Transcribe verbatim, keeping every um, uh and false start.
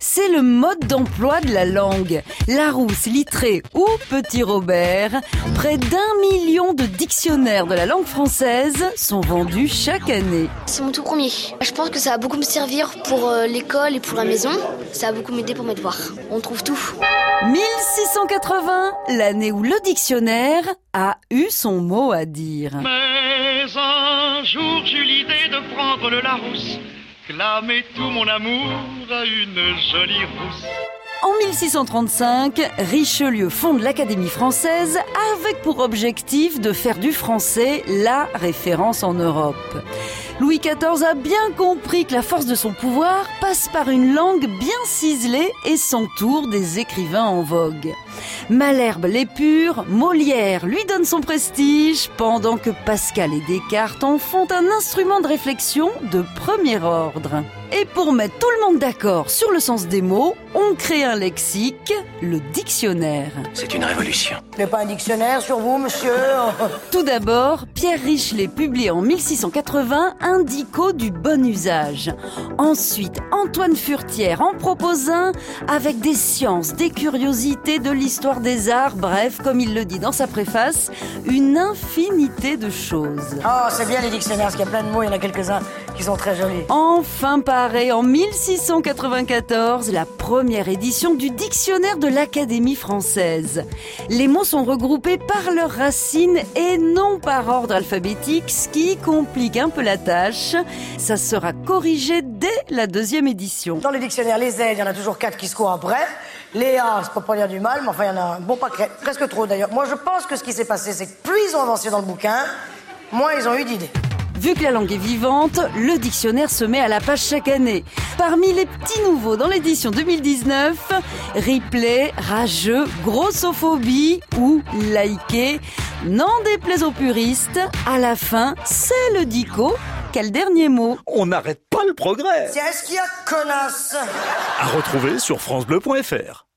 c'est le mode d'emploi de la langue. Larousse, Littré ou Petit Robert, près d'un million de dictionnaires de la langue française sont vendus chaque année. C'est mon tout premier. Je pense que ça va beaucoup me servir pour euh, l'école et pour la maison. Ça va beaucoup m'aider pour mes devoirs. On trouve tout. mille six cent quatre-vingts, l'année où le dictionnaire a eu son mot à dire. Mais un jour j'eus l'idée de prendre le Larousse, clamer tout mon amour à une jolie rousse. En mille six cent trente-cinq, Richelieu fonde l'Académie française avec pour objectif de faire du français la référence en Europe. Louis quatorze a bien compris que la force de son pouvoir passe par une langue bien ciselée et s'entoure des écrivains en vogue. Malherbe l'épure, Molière lui donne son prestige, pendant que Pascal et Descartes en font un instrument de réflexion de premier ordre. Et pour mettre tout le monde d'accord sur le sens des mots, on crée un lexique, le dictionnaire. C'est une révolution. Il n'y a pas un dictionnaire sur vous, monsieur? Tout d'abord, Pierre Richelet publie en mille six cent quatre-vingts un dico du bon usage. Ensuite, Antoine Furetière en propose un avec des sciences, des curiosités, de l'histoire des arts, bref, comme il le dit dans sa préface, une infinité de choses. Oh, c'est bien les dictionnaires, parce qu'il y a plein de mots, il y en a quelques-uns qui sont très jolis. Enfin paraît en mille six cent quatre-vingt-quatorze la première édition du dictionnaire de l'Académie française. Les mots sont regroupés par leurs racines et non par ordre alphabétique, ce qui complique un peu la tâche. Ça sera corrigé dès la deuxième édition. Dans les dictionnaires, les Z, il y en a toujours quatre qui se courent après. Les A, c'est pas pour dire du mal, mais enfin, il y en a un bon paquet, presque trop d'ailleurs. Moi, je pense que ce qui s'est passé, c'est que plus ils ont avancé dans le bouquin, moins ils ont eu d'idées. Vu que la langue est vivante, le dictionnaire se met à la page chaque année. Parmi les petits nouveaux dans l'édition deux mille dix-neuf, replay, rageux, grossophobie ou liké, n'en déplaise aux puristes, à la fin, c'est le dico. Quel dernier mot? On n'arrête pas le progrès. Tiens, est-ce qu'il y a connasse? À retrouver sur francebleu point fr.